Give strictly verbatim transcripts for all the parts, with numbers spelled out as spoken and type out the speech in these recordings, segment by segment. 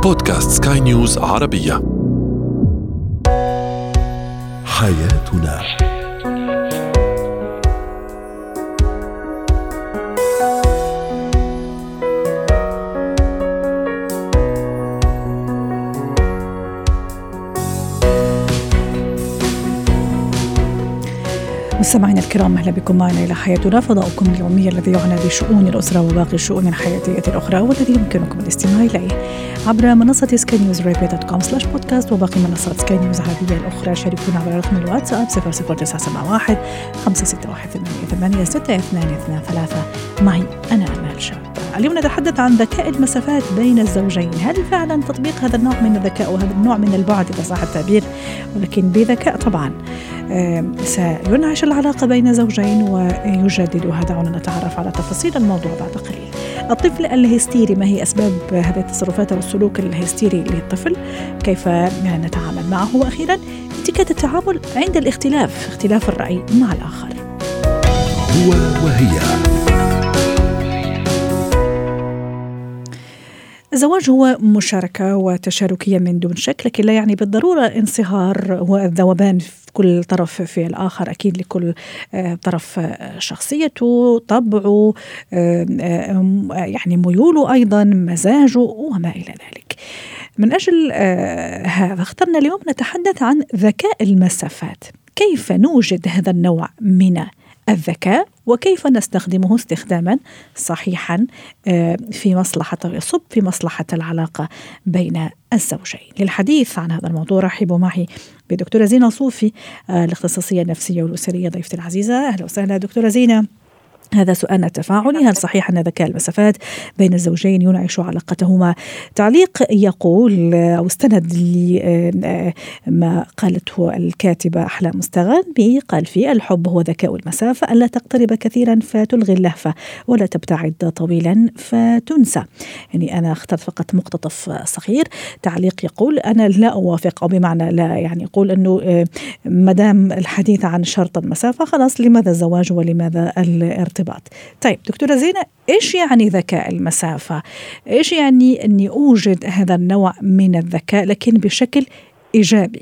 بودكاست سكاي نيوز عربية. حياتنا. مستمعينا الكرام، أهلا بكم معنا إلى حياتنا، فضاؤكم اليومي الذي يعنى بشؤون الأسرة وباقي الشؤون الحياتية الأخرى، والذي يمكنكم الاستماع إليه عبر منصة سكاي نيوز عربية دوت كوم سلاش بودكاست وباقي منصات سكاي نيوز عربية الأخرى. شاركونا على رقم الواتساب صفر صفر تسعة سبعة واحد خمسة ستة واحد ثمانية ثمانية ستة اثنان اثنان ثلاثة. معي أنا أمال شاب. اليوم نتحدث عن ذكاء المسافات بين الزوجين. هل فعلا تطبيق هذا النوع من الذكاء وهذا النوع من البعد إذا صح التعبير، ولكن بذكاء طبعا، سينعش العلاقة بين زوجين ويجددها؟ دعونا نتعرف على تفاصيل الموضوع بعد قليل. الطفل الهستيري، ما هي أسباب هذه التصرفات والسلوك الهستيري للطفل؟ كيف نتعامل معه؟ وأخيرا اتكات التعامل عند الاختلاف، اختلاف الرأي مع الآخر. هو وهي. الزواج هو مشاركة وتشاركية من دون شك، لكن لا يعني بالضرورة انصهار والذوبان في كل طرف في الآخر. أكيد لكل طرف شخصيته، طبعه، يعني ميوله، أيضا مزاجه وما إلى ذلك. من أجل هذا اخترنا اليوم نتحدث عن ذكاء المسافات. كيف نوجد هذا النوع من الذكاء وكيف نستخدمه استخداما صحيحا في مصلحة يصب في مصلحة العلاقة بين الزوجين. للحديث عن هذا الموضوع رحبوا معي بدكتورة زينة صوفي، الاختصاصية النفسية والأسرية، ضيفتي العزيزة. أهلا وسهلا دكتورة زينة. هذا سؤالنا التفاعلي: هل صحيح أن ذكاء المسافات بين الزوجين ينعش علاقتهما؟ تعليق يقول أو استند لما قالته الكاتبة أحلام مستغانمي، قال فيه: الحب هو ذكاء المسافة، ألا تقترب كثيرا فتلغي اللهفة، ولا تبتعد طويلا فتنسى. يعني أنا اخترت فقط مقتطف صغير. تعليق يقول: أنا لا أوافق، أو بمعنى لا، يعني يقول أنه مدام الحديث عن شرط المسافة خلاص، لماذا الزواج ولماذا الارتباط؟ طيب دكتورة زينة، إيش يعني ذكاء المسافة؟ إيش يعني أني أوجد هذا النوع من الذكاء لكن بشكل إيجابي؟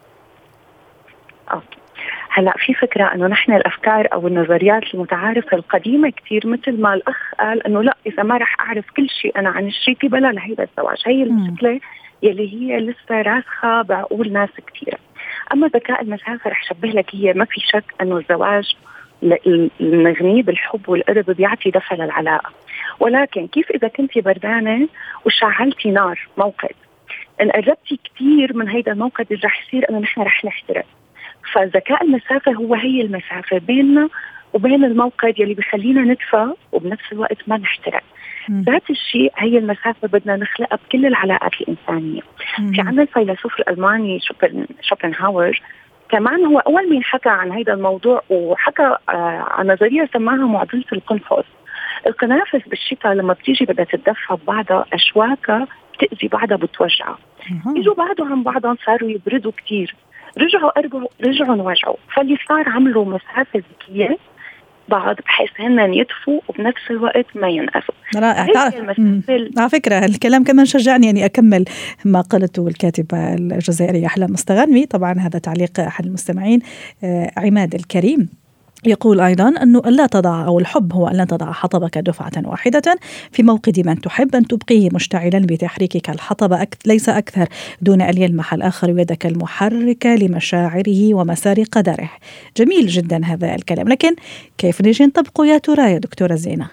أوه. هلأ في فكرة أنه نحن الأفكار أو النظريات المتعارفة القديمة كتير، مثل ما الأخ قال أنه لا، إذا ما رح أعرف كل شيء أنا عن شريكي بلا لهيدا الزواج. هي المشكلة يلي هي لسه راسخة بعقول ناس كتيرة. أما ذكاء المسافة رح شبه لك هي، ما في شك أنه الزواج المغني بالحب والقرب بيعطي دفع للعلاقة، ولكن كيف إذا كنتي بردانة وشعلتي نار موقد، إن قربتي كتير من هيدا الموقد اللي رح يصير أنه نحن رح نحترق. فذكاء المسافة هو هي المسافة بيننا وبين الموقد يلي بيخلينا ندفى وبنفس الوقت ما نحترق. ذات الشيء هي المسافة بدنا نخلقها بكل العلاقات الإنسانية. مم. في عنا الفيلسوف الألماني شوبنهاور كمان، هو أول من حكى عن هذا الموضوع وحكى آه عن نظرية سماها معضلة القنفذ. القنافذ بالشتاء لما بتيجي بدها تتدفى ببعضها، أشواكها بتأذي بعضها بتوجعها. إجوا بعضوا عن بعضهم صاروا يبردوا كتير، رجعوا قربوا رجعوا وجعوا، فاللي صار عملوا مسافة ذكية بعض بحيث هن يدفوا وبنفس الوقت ما ينقفوا. رائع. على فكرة الكلام كمان شجعني أني أكمل ما قالته الكاتبة الجزائرية أحلام مستغانمي. طبعا هذا تعليق أحد المستمعين عماد الكريم، يقول أيضا أنه لا تضع، أو الحب هو أن لا تضع حطبك دفعة واحدة في موقد من تحب، أن تبقيه مشتعلا بتحريكك الحطب ليس أكثر، دون أن يلمح الآخر يدك المحركة لمشاعره ومسار قدره. جميل جدا هذا الكلام، لكن كيف نجي نطبقه يا ترى يا دكتورة زينة؟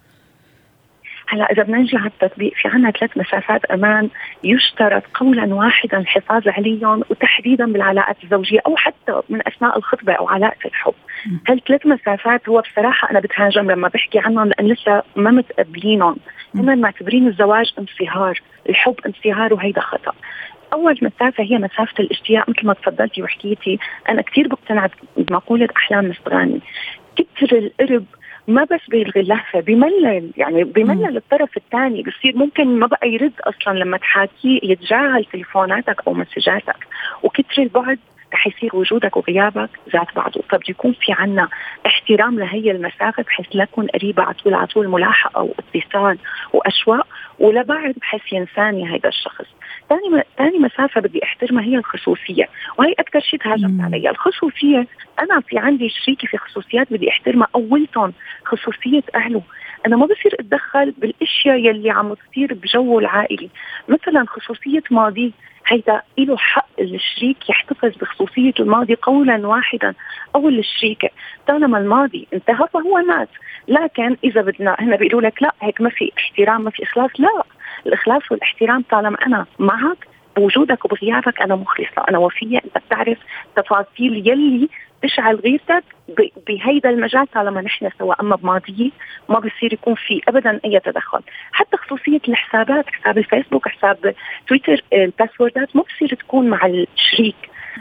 هلا إذا بنجي على التطبيق، في عنا ثلاث مسافات أمان يشترط قولا واحدا الحفاظ عليهم، وتحديدا بالعلاقات الزوجية أو حتى من أثناء الخطبة أو علاقة الحب. هالثلاث مسافات هو بصراحة أنا بتهاجم لما بحكي عنهم، لأن لسه ما متقبلينهم. هم معتبرين الزواج انصهار، الحب انصهار، وهيدا خطأ. أول مسافة هي مسافة الاشتياق. مثل ما تفضلتي وحكيتي، أنا كتير بقتنع بمقولة أحلام مستغانمي: كتر القرب ما بس بيلغي اللهفة، بيملل، يعني بيملل الطرف الثاني، بصير ممكن ما بقى يرد أصلا لما تحاكي، يتجاهل تليفوناتك أو مسجاتك. وكتر البعد رح يصير وجودك وغيابك ذات بعضه. فبده يكون في عنا احترام لهي المسافة بحيث لا تكون قريبة على طول على طول ملاحقة أو اتصال وأشواق، ولا بعد بحيث ينساني هيدا الشخص. ثاني ثاني مسافة بدي احترمها هي الخصوصية، وهي أكثر شيء تهاجمت عليها. الخصوصية، أنا في عندي شريكي في خصوصيات بدي احترمها، أولتهم خصوصية أهله. أنا ما بصير أتدخل بالأشياء يلي عم تصير بجو العائلي، مثلا خصوصية ماضي، هيدا له حق الشريك يحتفظ بخصوصية الماضي قولا واحدا، أو الشريكة طالما الماضي انتهى فهو مات. لكن إذا بدنا هنا بيقولوا لك لا هيك ما في احترام ما في إخلاص، لا، الإخلاص والإحترام طالما أنا معك بوجودك وبغيابك أنا مخلصة، أنا وفية، أنت بتعرف تفاصيل يلي تشعل غيرتك بهيدا المجال طالما نحن سوا. أما بماضيي ما بيصير يكون في أبدا أي تدخل. حتى خصوصية الحسابات، حساب الفيسبوك، حساب تويتر، الباسوردات ما بيصير تكون مع الشريك.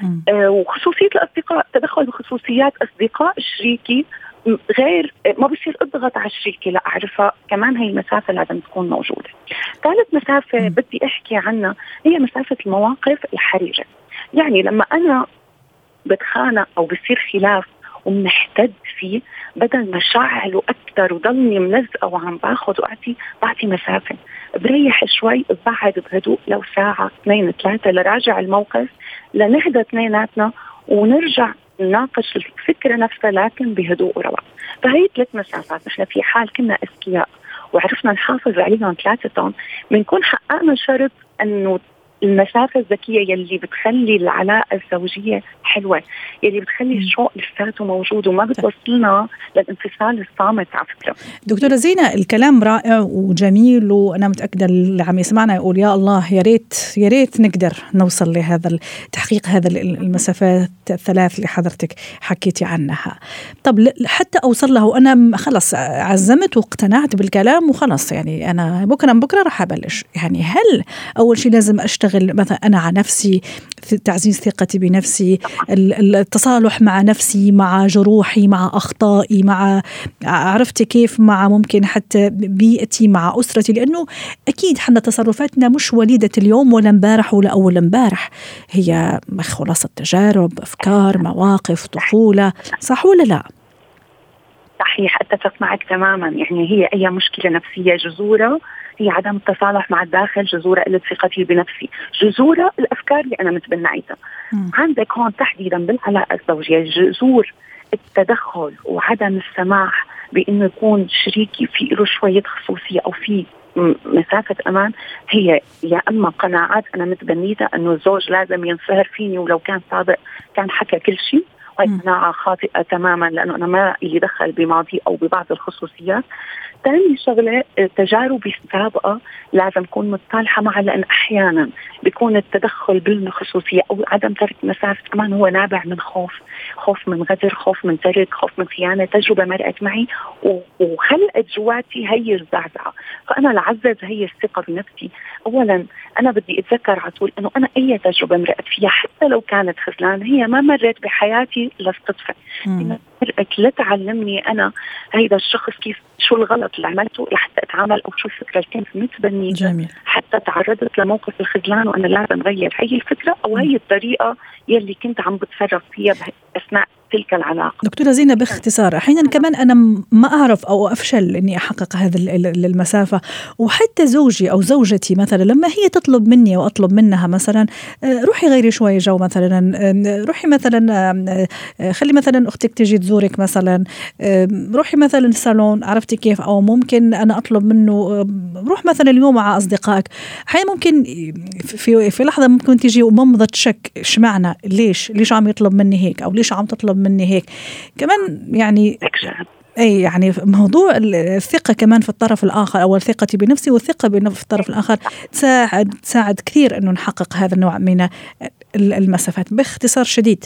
آه وخصوصية الأصدقاء، تدخل بخصوصيات أصدقاء شريكي غير ما بصير اضغط على شريكي، لا اعرفها كمان. هي المسافه لازم تكون موجوده. ثالث مسافه م. بدي احكي عنها هي مسافه المواقف الحرجه. يعني لما انا بتخانق او بصير خلاف ومنحتد فيه، بدل ما شعله اكثر وضلني ملزقه وعم باخذ وقتي، بعطي مسافه، بريح شوي، ببعد بهدوء لو ساعه اثنين ثلاثه لراجع الموقف، لنهدى اثنيناتنا ونرجع نناقش الفكرة نفسها لكن بهدوء ورواق. فهي ثلاث مسافات. نحن في حال كنا أذكياء وعرفنا نحافظ عليهم ثلاثتهم، بنكون حققنا شرط أنه المسافة الذكية يلي بتخلي العلاقة الزوجية حلوة، يلي بتخلي الشوق لساته موجود وما بتوصلنا للانفصال الصامت. على فكرة دكتورة زينة، الكلام رائع وجميل، وأنا متأكدة اللي عم يسمعنا يقول يا الله يا ريت يا ريت نقدر نوصل لهذا تحقيق هذا المسافات الثلاث اللي حضرتك حكيتي عنها. طب حتى أوصل له أنا خلص عزمت واقتنعت بالكلام وخلص، يعني أنا بكرة بكرة راح أبلش. يعني هل أول شيء لازم أشتغل مثلا أنا على نفسي، تعزيز ثقتي بنفسي، التصالح مع نفسي، مع جروحي، مع أخطائي، مع عرفتي كيف، مع ممكن حتى بيئتي، مع أسرتي، لأنه أكيد حنا تصرفاتنا مش وليدة اليوم ولا امبارح ولا أول امبارح، هي خلاصة تجارب، أفكار، مواقف، طفولة، صح ولا لا؟ صحيح، أتفق معك تماما. يعني هي أي مشكلة نفسية جذورها هي عدم التصالح مع الداخل، جذورها قلة ثقتي بنفسي، جذورها الأفكار اللي أنا متبنيتها. عندك هون تحديدا بالعلاقة الزوجية جذور التدخل وعدم السماح بأنه يكون شريكي في له شوية خصوصية أو في مسافة أمان. هي يا أما قناعات أنا متبنيتها أنه الزوج لازم ينصهر فيني ولو كان صادق كان حكى كل شيء، وهي قناعة خاطئة تماما، لأنه أنا ما اللي دخل بماضي أو ببعض الخصوصيات. ثاني شغلة تجاربي السابقة لازم أكون متصالحة معها، لأن أحيانا بيكون التدخل بالخصوصية أو عدم ترك مسافة أمان هو نابع من خوف، خوف من غدر، خوف من ترك، خوف من خيانة. تجربة مرقت معي وخلقت جواتي هي الزعزعة. فأنا لعزز هي الثقة بنفسي. أولا أنا بدي أتذكر على طول أنه أنا أي تجربة مرقت فيها حتى لو كانت خذلان هي ما مرت بحياتي لاستطفى، مرقت لتعلمني أنا هيدا الشخص كيف، شو الغلط اللي عملته لحتى أتعامل، أو شو الفكرة اللي كنت متبنية حتى تعرضت لموقف الخذلان وأنا لازم أغير هي الفكرة أو هي الطريقة يلي كنت عم بتصرف فيها أثناء تلك العلاقة. دكتورة زينة، باختصار أحيانا كمان أنا ما أعرف أو أفشل إني أحقق هذا المسافة، وحتى زوجي أو زوجتي مثلا لما هي تطلب مني وأطلب منها مثلا روحي غيري شوي جو، مثلا روحي مثلا خلي مثلا أختك تجي تزورك، مثلا روحي مثلا الصالون، عرفتي كيف، أو ممكن أنا أطلب منه روح مثلا اليوم مع أصدقائك. أحيانا ممكن في في لحظة ممكن تيجي وممضة شك، إيش معنى، ليش ليش عم يطلب مني هيك أو ليش عم تطلب مني هيك كمان. يعني أي يعني موضوع الثقة كمان في الطرف الآخر أو الثقة بنفسي والثقة في الطرف الآخر تساعد تساعد كثير إنه نحقق هذا النوع من المسافات. باختصار شديد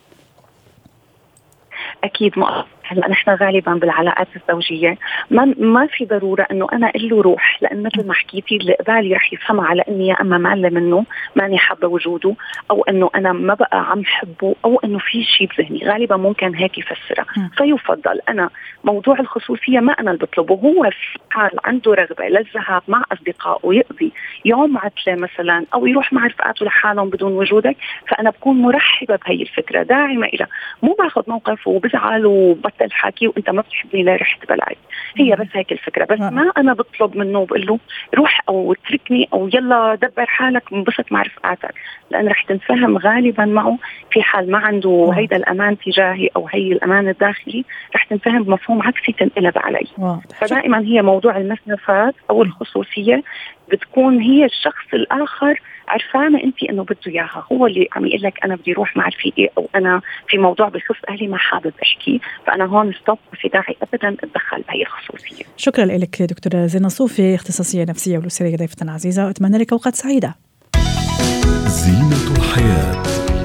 أكيد ما هلا نحن غالبا بالعلاقات الزوجيه ما ما في ضروره انه انا اقول له روح، لان مثل ما حكيتي اللي قبالي رح يفهمها على اني يا اما مالة منه ماني حابه وجوده، او انه انا ما بقى عم حبه، او انه في شيء بذهني. غالبا ممكن هيك يفسرها. فيفضل انا موضوع الخصوصيه ما انا اللي بطلبه، هو في حال عنده رغبه للذهاب مع اصدقائه ويقضي يوم عطله مثلا، او يروح مع رفقاته لحالهم بدون وجودك، فانا بكون مرحبه بهي الفكره داعمه إلى، مو باخذ موقف وبزعل وبطل الحكي وانت ما بتحبني لا رحت بلاي. هي بس هيك الفكره. بس ما انا بطلب منه وبقول له روح او اتركني او يلا دبر حالك انبسط مع رفقاتك، لان رح تنفهم غالبا معه في حال ما عنده هيدا الامان تجاهي او هي الامان الداخلي، رح تنفهم بمفهوم عكسي تنقلب علي. فدائما هي موضوع المسافات او الخصوصيه بتكون هي الشخص الاخر عرفانه انت انه بده اياها، هو اللي عم يقول لك انا بدي اروح مع رفيقي او انا في موضوع بخصوص اهلي ما حابب احكي، فانا هون ستوب، في داعي ابدا اتدخل بهي الخصوصيه. شكرا لك دكتوره زينة صوفي، اختصاصيه نفسيه والاسريه، ضيفتنا العزيزه، واتمنى لك اوقات سعيده. زينة الحياه.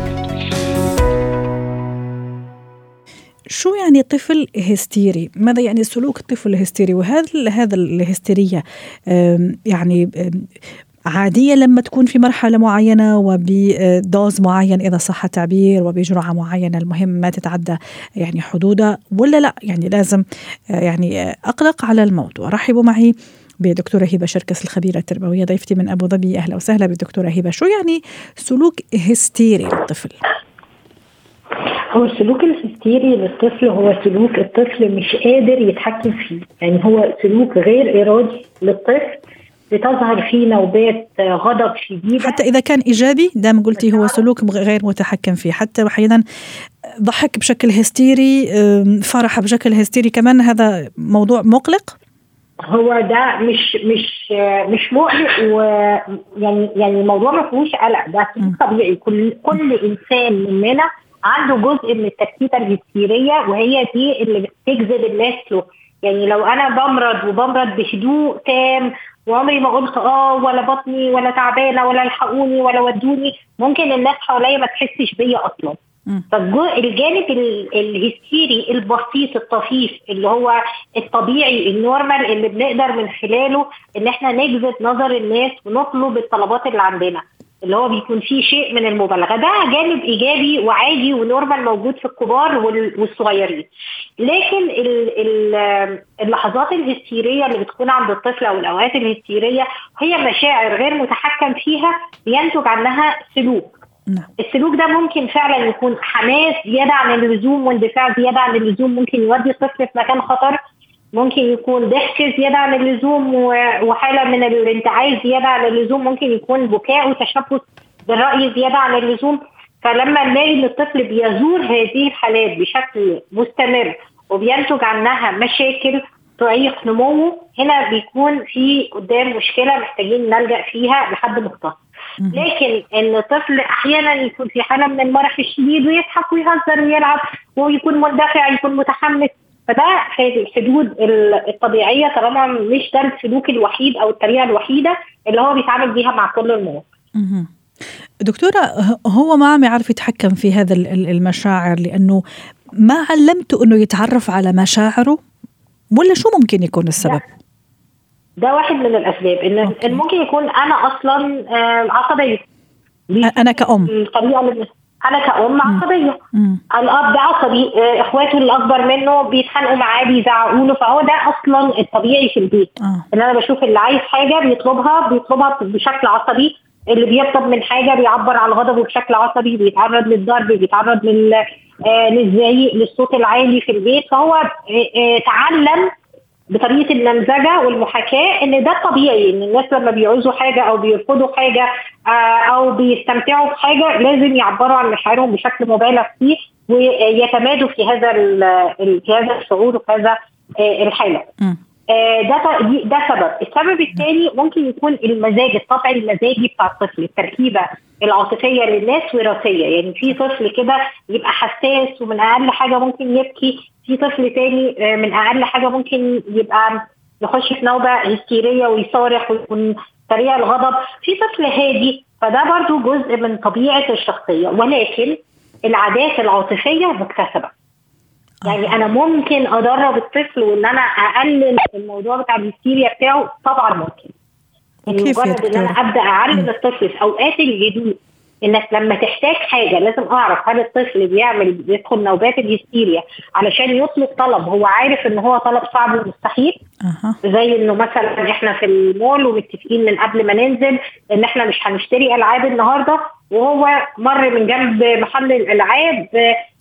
شو يعني طفل هستيري؟ ماذا يعني سلوك الطفل الهستيري؟ وهذا هذا الهستيرية يعني عادية لما تكون في مرحلة معينة وبدوز معين إذا صح التعبير وبجرعة معينة، المهم ما تتعدى يعني حدودها، ولا لا يعني لازم يعني أقلق على الموضوع؟ رحبوا معي بدكتورة هبة شركس الخبيرة التربوية، ضيفتي من أبو ظبي. أهلا وسهلا بالدكتورة هبة. شو يعني سلوك هستيري للطفل؟ هو السلوك الهستيري للطفل هو سلوك الطفل مش قادر يتحكم فيه، يعني هو سلوك غير إرادي للطفل، بتظهر فيه نوبات غضب شديدة حتى إذا كان إيجابي. دام قلتي هو سلوك غير متحكم فيه، حتى أحيانا ضحك بشكل هستيري، فرح بشكل هستيري كمان، هذا موضوع مقلق. هو ده مش مش مش مقلق، ويعني يعني الموضوع ما فيهوش قلق، ده طبيعي. كل كل إنسان مننا عنده جزء من التركيبة الهستيرية، وهي دي اللي بتجذب الناس له. يعني لو أنا بمرض وبمرض بهدوء تام وعمري ما قلت اه ولا بطني ولا تعبانة ولا الحقوني ولا ودوني، ممكن الناس حواليا ما تحسش بيا أصلا. فالجانب الهستيري البسيط الطفيف اللي هو الطبيعي النورمال اللي بنقدر من خلاله ان احنا نجذب نظر الناس ونطلب الطلبات اللي عندنا، اللي هو بيكون فيه شيء من المبالغة، ده جانب إيجابي وعادي ونورمال موجود في الكبار والصغيرين. لكن اللحظات الهستيرية اللي بتكون عند الطفل أو الأوقات الهستيرية هي مشاعر غير متحكم فيها ينتج عنها سلوك. السلوك ده ممكن فعلا يكون حماس زيادة عن اللزوم واندفاع زيادة عن اللزوم، ممكن يودي الطفل في مكان خطر، ممكن يكون ضحك زيادة عن اللزوم وحالة من الانتعاش زيادة عن اللزوم، ممكن يكون بكاء وتشبث بالرأي زيادة عن اللزوم. فلما نلاقي ان الطفل بيزور هذه الحالات بشكل مستمر وبينتج عنها مشاكل تعيق نموه، هنا بيكون في قدام مشكلة محتاجين نلجأ فيها لحد مختص. لكن ان الطفل احيانا يكون في حالة من المرح الشديد ويضحك ويهزر ويلعب ويكون مندفع يكون متحمس، فده في الحدود الطبيعية طالما مش ده السلوك الوحيد أو الطريقة الوحيدة اللي هو بيتعامل بيها مع كل المواقف. دكتورة، هو ما عم يعرف يتحكم في هذا المشاعر لأنه ما علمته أنه يتعرف على مشاعره، ولا شو ممكن يكون السبب؟ ده, ده واحد من الأسباب، إن ممكن يكون أنا أصلا عصبية، أنا كأم الطريقة أنا كأم عصبية، الأب ده عصبي، إخواته الأكبر منه بيتخانقوا معاه بيزعقوا له، فهو ده أصلا الطبيعي في البيت. آه. إن أنا بشوف اللي عايز حاجة بيطلبها بيطلبها بشكل عصبي، اللي بيطلب من حاجة بيعبر عن غضبه بشكل عصبي، بيتعرض للضرب، بيتعرض للزعيق، للصوت العالي في البيت. فهو تعلم بطريقة النمذجة والمحاكاة ان ده طبيعي، ان الناس لما بيعوزوا حاجة او بيرفضوا حاجة او بيستمتعوا بحاجة لازم يعبروا عن مشاعرهم بشكل مبالغ فيه ويتمادوا في هذا في هذا الشعور وفي هذا الحالة. ده ده سبب. السبب الثاني ممكن يكون المزاج، الطبع المزاجي بتاع الطفل، التركيبة العاطفية للناس وراثية. يعني في طفل كده يبقى حساس ومن أقل حاجة ممكن يبكي، في طفل تاني من أقل حاجة ممكن يبقى يخش في نوبة هستيرية ويصارخ ويكون طريقة الغضب، في طفل هادي. فده برضو جزء من طبيعة الشخصية، ولكن العادات العاطفية مكتسبة. يعني أنا ممكن أدرب الطفل وإن أنا أقلل الموضوع بتاع الهستيريا بتاعه، طبعا ممكن. مجرد إن أنا أبدأ أعلم الطفل في أوقات الهدوء إنك لما تحتاج حاجة لازم أعرف هل الطفل بيعمل بيدخل نوبات الهستيريا علشان يطلب طلب هو عارف إن هو طلب صعب ومستحيل. أه. زي إنه مثلا إحنا في المول ومتفقين من قبل ما ننزل إن إحنا مش هنشتري ألعاب النهاردة، وهو مر من جنب محل الألعاب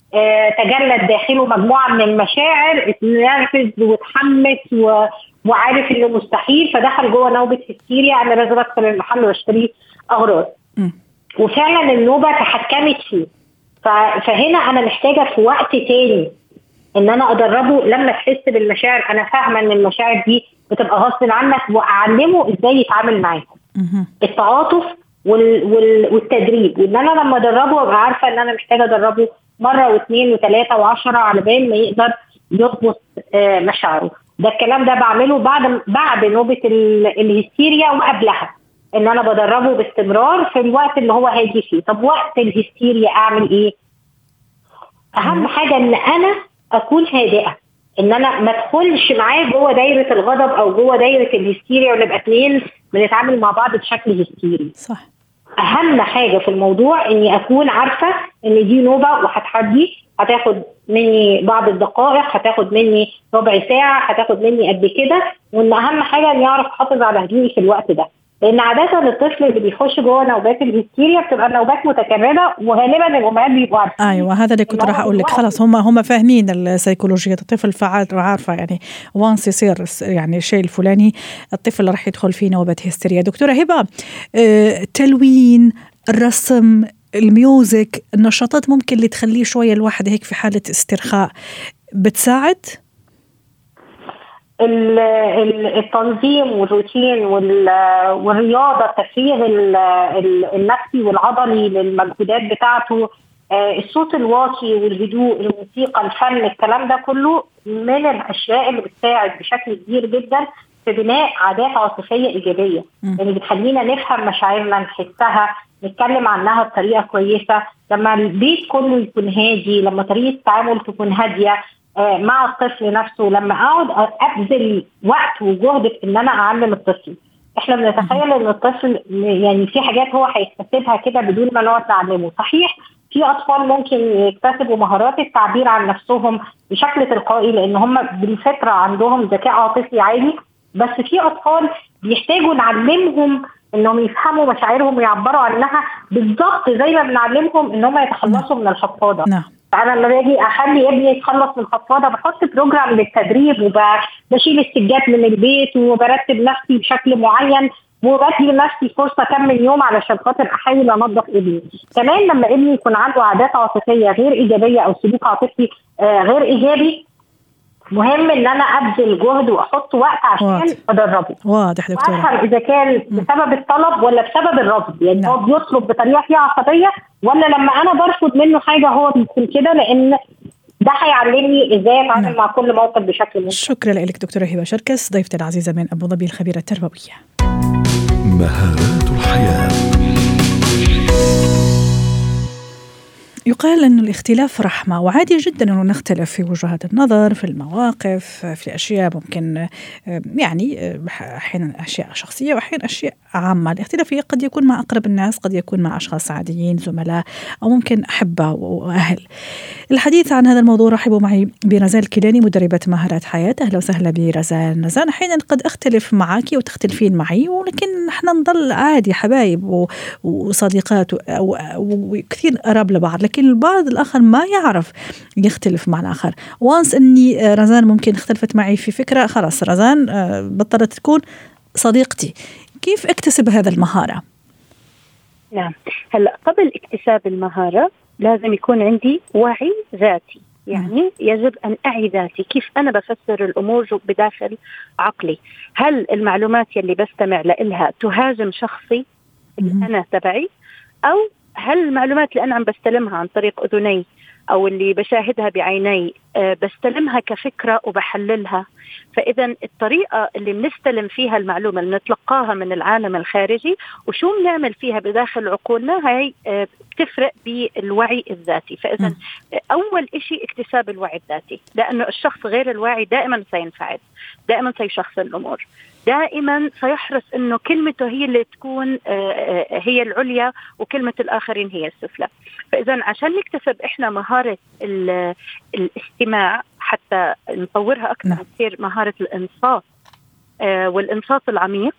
آه تجلت داخله مجموعة من المشاعر، اتنرفز واتحمس و... وعارف انه مستحيل، فدخل جوه نوبة هستيريا، انا لازم ادخل المحل واشتري اغراض. وفعلا النوبة تحكمت فيه. فهنا انا محتاجة في وقت تاني ان انا ادربه لما تحس بالمشاعر، انا فاهمة ان المشاعر دي بتبقى غصب عنك، واعلمه ازاي يتعامل معاها. التعاطف وال... وال... والتدريب، وان انا لما ادربه ابقى عارفة ان انا محتاجة ادربه مرة واثنين وثلاثة وعشرة على بال ما يقدر يضبط آه مشاعره. ده الكلام ده بعمله بعد بعد نوبة الهستيريا وقبلها، ان انا بدربه باستمرار في الوقت اللي هو هاجي فيه. طب وقت الهستيريا اعمل ايه؟ اهم حاجة ان انا اكون هادئة، ان انا ما ادخلش معاه جوه دايرة الغضب او جوه دايرة الهستيريا ونبقى اتنين بنتعامل مع بعض بشكل هستيري. صح. اهم حاجة في الموضوع اني اكون عارفة ان دي نوبة وهتحدي، هتاخد مني بعض الدقائق، هتاخد مني ربع ساعة، هتاخد مني قد كده، وان اهم حاجة ان يعرف يحافظ على هدوءي في الوقت ده. لان عادة الطفل اللي بيخش جوه نوبات الهستيريا بتبقى نوبات متكررة، وغالبا الامهات بيبقوا عارفين. ايوه هذا اللي كنت راح اقول لك، خلاص هم هم فاهمين السيكولوجية الطفل، فعال وعارفة يعني وانس يصير يعني الشيء الفلاني الطفل راح يدخل فيه نوبة هستيريا. دكتورة هبة، التلوين، الرسم، الميوزك، النشاطات ممكن اللي تخليه شوية الواحد هيك في حالة استرخاء بتساعد؟ التنظيم والروتين والرياضة، التفريغ النفسي والعضلي للمجهودات بتاعته، الصوت الواطي والهدوء، الموسيقى، الفن، الكلام ده كله من الأشياء اللي بتساعد بشكل كبير جدا في بناء عادات عاطفية إيجابية. يعني بتخلينا نفهم مشاعرنا، نحسها، نتكلم عنها بطريقة كويسة. لما البيت كله يكون هادي، لما طريقة التعامل تكون هادية مع الطفل نفسه، لما اقعد ابذل وقت وجهد في ان انا اعلم الطفل. احنا بنتخيل ان الطفل يعني في حاجات هو هيكتسبها كده بدون ما نقعد نعلمه. صحيح في اطفال ممكن يكتسبوا مهارات التعبير عن نفسهم بشكل تلقائي لان هم بالفطره عندهم ذكاء عاطفي عالي، بس في اطفال بيحتاجوا نعلمهم انهم يفهموا مشاعرهم ويعبروا عنها بالضبط زي ما بنعلمهم انهم يتخلصوا من الفضفاضه. نعم. فأنا لما باجي أخلي ابني يتخلص من الفضفاضة بحط بروجرام للتدريب، وبشيل السجاد من البيت وبرتب نفسي بشكل معين، وبدي لنفسي فرصة كمل يوم علشان خاطر أحاول أنظف ابني. كمان لما ابني يكون عنده عادات عاطفية غير إيجابية أو سلوك عاطفي آه غير إيجابي، مهم ان انا ابذل جهد واحط وقت عشان واضح. ادربه. واضح دكتور. وافهم اذا كان بسبب الطلب ولا بسبب الرفض، يعني نعم. هو بيطلب بطريقه فيها عصبيه ولا لما انا برفض منه حاجه هو بيكون كده، لان ده هيعلمني ازاي اتعامل نعم. مع كل موقف بشكل مختلف. شكرا لك دكتوره هبه شركس، ضيفتي العزيزه من ابو ظبي، الخبيره التربويه. مهارات الحياه. يقال أن الاختلاف رحمة، وعادي جدا أنه نختلف في وجهات النظر، في المواقف، في أشياء ممكن يعني أحيانا أشياء شخصية وأحيانا أشياء عامة. الاختلاف قد يكون مع أقرب الناس، قد يكون مع أشخاص عاديين، زملاء، أو ممكن أحبة وأهل. الحديث عن هذا الموضوع رحبوا معي برزان الكيلاني، مدربة مهارات حياة. أهلا وسهلا برزان. رزان، أحيانا قد أختلف معك وتختلفين معي، ولكن نحن نضل عادي حبايب وصديقات وكثير قراب لبعض، لكن البعض الآخر ما يعرف يختلف مع الآخر. وانس أني رزان ممكن اختلفت معي في فكرة، خلاص رزان بطلت تكون صديقتي. كيف اكتسب هذا المهارة؟ نعم، هلأ قبل اكتساب المهارة لازم يكون عندي وعي ذاتي، يعني يجب أن أعي ذاتي كيف أنا بفسر الأمور بداخل عقلي. هل المعلومات يلي بستمع لإلها تهاجم شخصي اللي أنا تبعي، أو هل المعلومات اللي أنا عم بستلمها عن طريق أذني أو اللي بشاهدها بعيني أه بستلمها كفكرة وبحللها. فإذا الطريقة اللي بنستلم فيها المعلومة اللي نتلقاها من العالم الخارجي وشو بنعمل فيها بداخل عقولنا هاي أه بتفرق بالوعي الذاتي. فإذا أول إشي اكتساب الوعي الذاتي، لأنه الشخص غير الواعي دائما سينفعل، دائما سيشخص الأمور، دائما سيحرص أنه كلمته هي اللي تكون هي العليا وكلمة الآخرين هي السفلى. فإذا عشان نكتسب إحنا مهارة الاستماع حتى نطورها أكثر تصير مهارة الإنصات والإنصات العميق،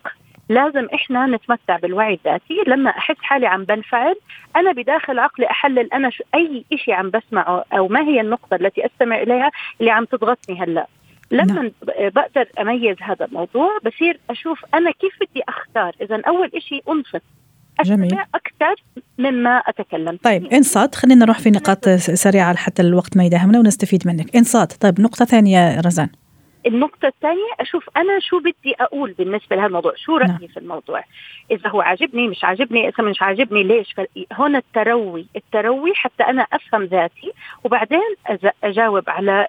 لازم إحنا نتمتع بالوعي الذاتي. لما أحس حالي عم بنفعل أنا بداخل عقلي أحلل أنا شو أي إشي عم بسمعه أو ما هي النقطة التي أستمع إليها اللي عم تضغطني هلأ. لما نعم. بقدر أميز هذا الموضوع بصير أشوف أنا كيف بدي أختار. إذن أول إشي أنصت أستمع أكثر مما أتكلم. طيب إنصات، خلينا نروح في نقاط سريعة حتى الوقت ما يداهمنا ونستفيد منك. إنصات. طيب نقطة ثانية رزان. النقطة الثانية أشوف أنا شو بدي أقول بالنسبة لهذا الموضوع، شو رأيي نعم. في الموضوع، إذا هو عاجبني مش عاجبني، إذا مش عاجبني ليش. هنا التروي التروي حتى أنا أفهم ذاتي وبعدين أجاوب على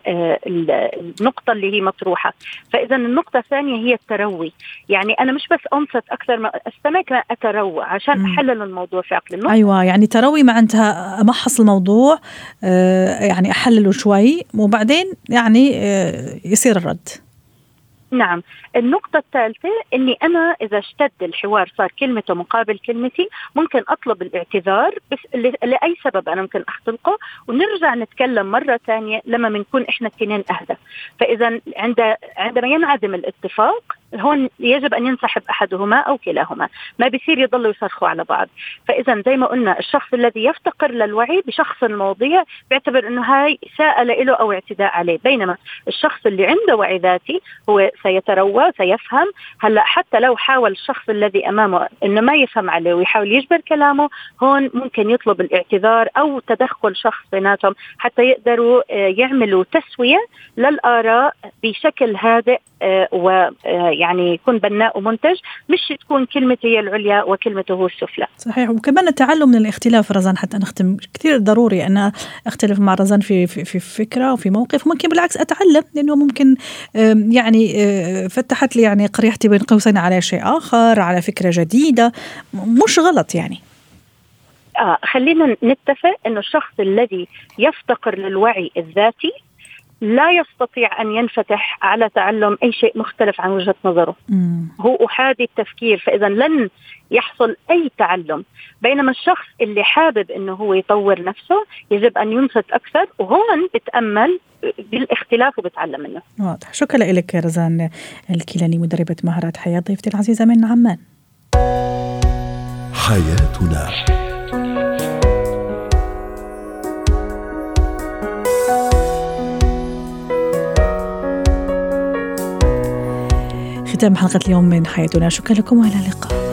النقطة اللي هي مطروحة. فإذا النقطة الثانية هي التروي، يعني أنا مش بس أنصت أكثر ما أستمع كمان أتروى عشان أحلل الموضوع في عقلي. أيوة، يعني تروي معناتها أمحص الموضوع، آه يعني أحلله شوي وبعدين يعني آه يصير الرد. نعم. النقطة الثالثة إني أنا إذا اشتد الحوار صار كلمته مقابل كلمتي ممكن أطلب الاعتذار بس لأي سبب أنا ممكن أختلقه ونرجع نتكلم مرة ثانية لما منكون إحنا الاثنين أهدى. فإذا عند عندما ينعدم الاتفاق هون يجب أن ينسحب أحدهما أو كلاهما، ما بيصير يضلوا يصرخوا على بعض. فإذا زي ما قلنا الشخص الذي يفتقر للوعي بشخص المواضيع بيعتبر إنه هاي ساء له أو اعتداء عليه، بينما الشخص اللي عنده وعي ذاتي هو سيتروى سيفهم. هلأ حتى لو حاول الشخص الذي أمامه إنه ما يفهم عليه ويحاول يجبر كلامه، هون ممكن يطلب الاعتذار أو تدخل شخص بيناتهم حتى يقدروا يعملوا تسوية للآراء بشكل هادئ ويعني يكون بناء ومنتج، مش تكون كلمته هي العليا وكلمته هو السفلى. صحيح. وكمان التعلم من الاختلاف رزان، حتى نختم كثير ضروري أن أختلف مع رزان في في في فكرة وفي موقف، ممكن بالعكس أتعلم لأنه ممكن يعني فتحت لي يعني قريحتي بين قوسين على شيء آخر، على فكرة جديدة، مش غلط يعني. آه خلينا نتفق إنه الشخص الذي يفتقر للوعي الذاتي لا يستطيع أن ينفتح على تعلم أي شيء مختلف عن وجهة نظره. مم. هو أحادي التفكير، فإذا لن يحصل أي تعلم. بينما الشخص اللي حابب أنه هو يطور نفسه يجب أن ينصت أكثر، وهون بتأمل بالاختلاف وبتعلم منه. واضح. شكرا لك رزان الكيلاني، مدربة مهارات حياة، ضيفتي العزيزة من عمان. حياتنا. ختام حلقة اليوم من حياتنا، شكرا لكم وإلى اللقاء.